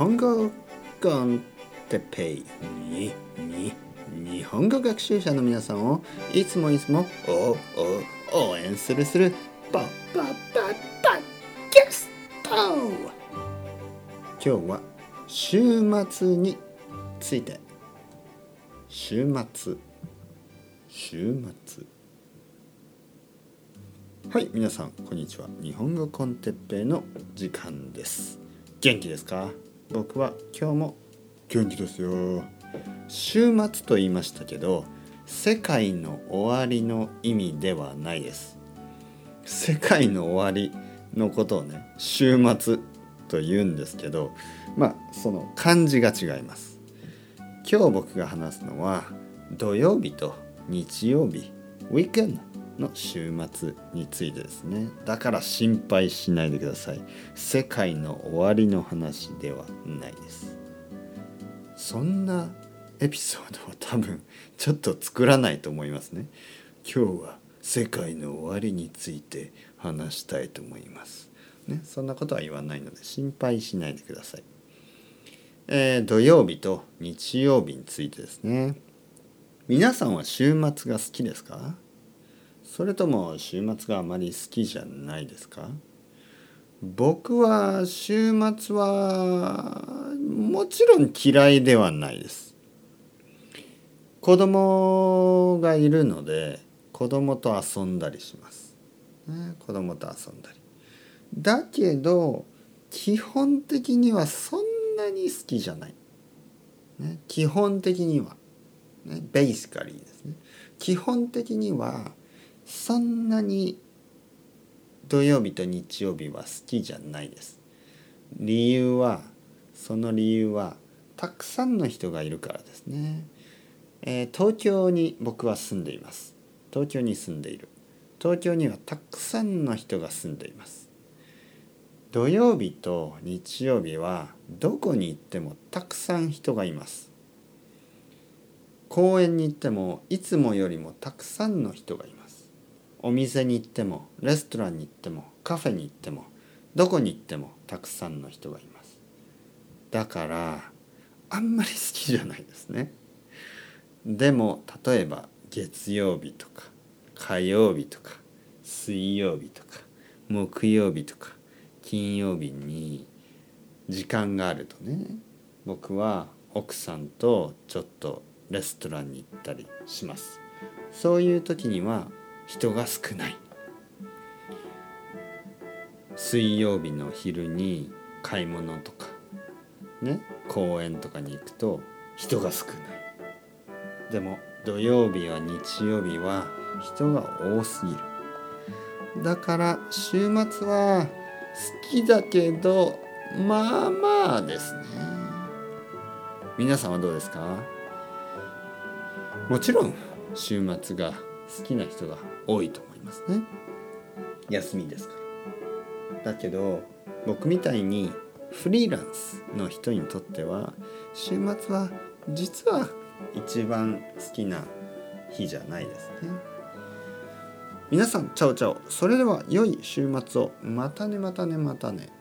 本語コンテペイに日本語学習者の皆さんをいつも応援するポッキャスト。今日は週末について。週末はい、皆さんこんにちは。日本語コンテッペイの時間です。元気ですか？僕は今日も元気ですよ。週末と言いましたけど、世界の終わりの意味ではないです。世界の終わりのことをね、週末と言うんですけど、その漢字が違います。今日僕が話すのは土曜日と日曜日、ウィークエンドの週末についてですね。だから心配しないでください。世界の終わりの話ではないです。そんなエピソードは多分ちょっと作らないと思いますね。今日は世界の終わりについて話したいと思います、ね、そんなことは言わないので心配しないでください。土曜日と日曜日についてですね。皆さんは週末が好きですか？それとも週末があまり好きじゃないですか？僕は週末はもちろん嫌いではないです。子供がいるので子供と遊んだりします、ね、子供と遊んだり。だけど基本的にはそんなに好きじゃない、ね、基本的には、ね、ベーシカリーですね。基本的にはそんなに土曜日と日曜日は好きじゃないです。その理由はたくさんの人がいるからですね。東京に僕は住んでいます。東京に住んでいる。東京にはたくさんの人が住んでいます。土曜日と日曜日はどこに行ってもたくさん人がいます。公園に行ってもいつもよりもたくさんの人がいます。お店に行ってもレストランに行ってもカフェに行ってもどこに行ってもたくさんの人がいます。だからあんまり好きじゃないですね。でも例えば月曜日とか火曜日とか水曜日とか木曜日とか金曜日に時間があるとね、僕は奥さんとちょっとレストランに行ったりします。そういう時には人が少ない。水曜日の昼に買い物とかね、公園とかに行くと人が少ない。でも土曜日や日曜日は人が多すぎる。だから週末は好きだけどまあですね。皆さんはどうですか？もちろん週末が好きな人が多いと思いますね。休みですから。だけど僕みたいにフリーランスの人にとっては週末は実は一番好きな日じゃないですね。皆さんチャオチャオ。それでは良い週末を。またね。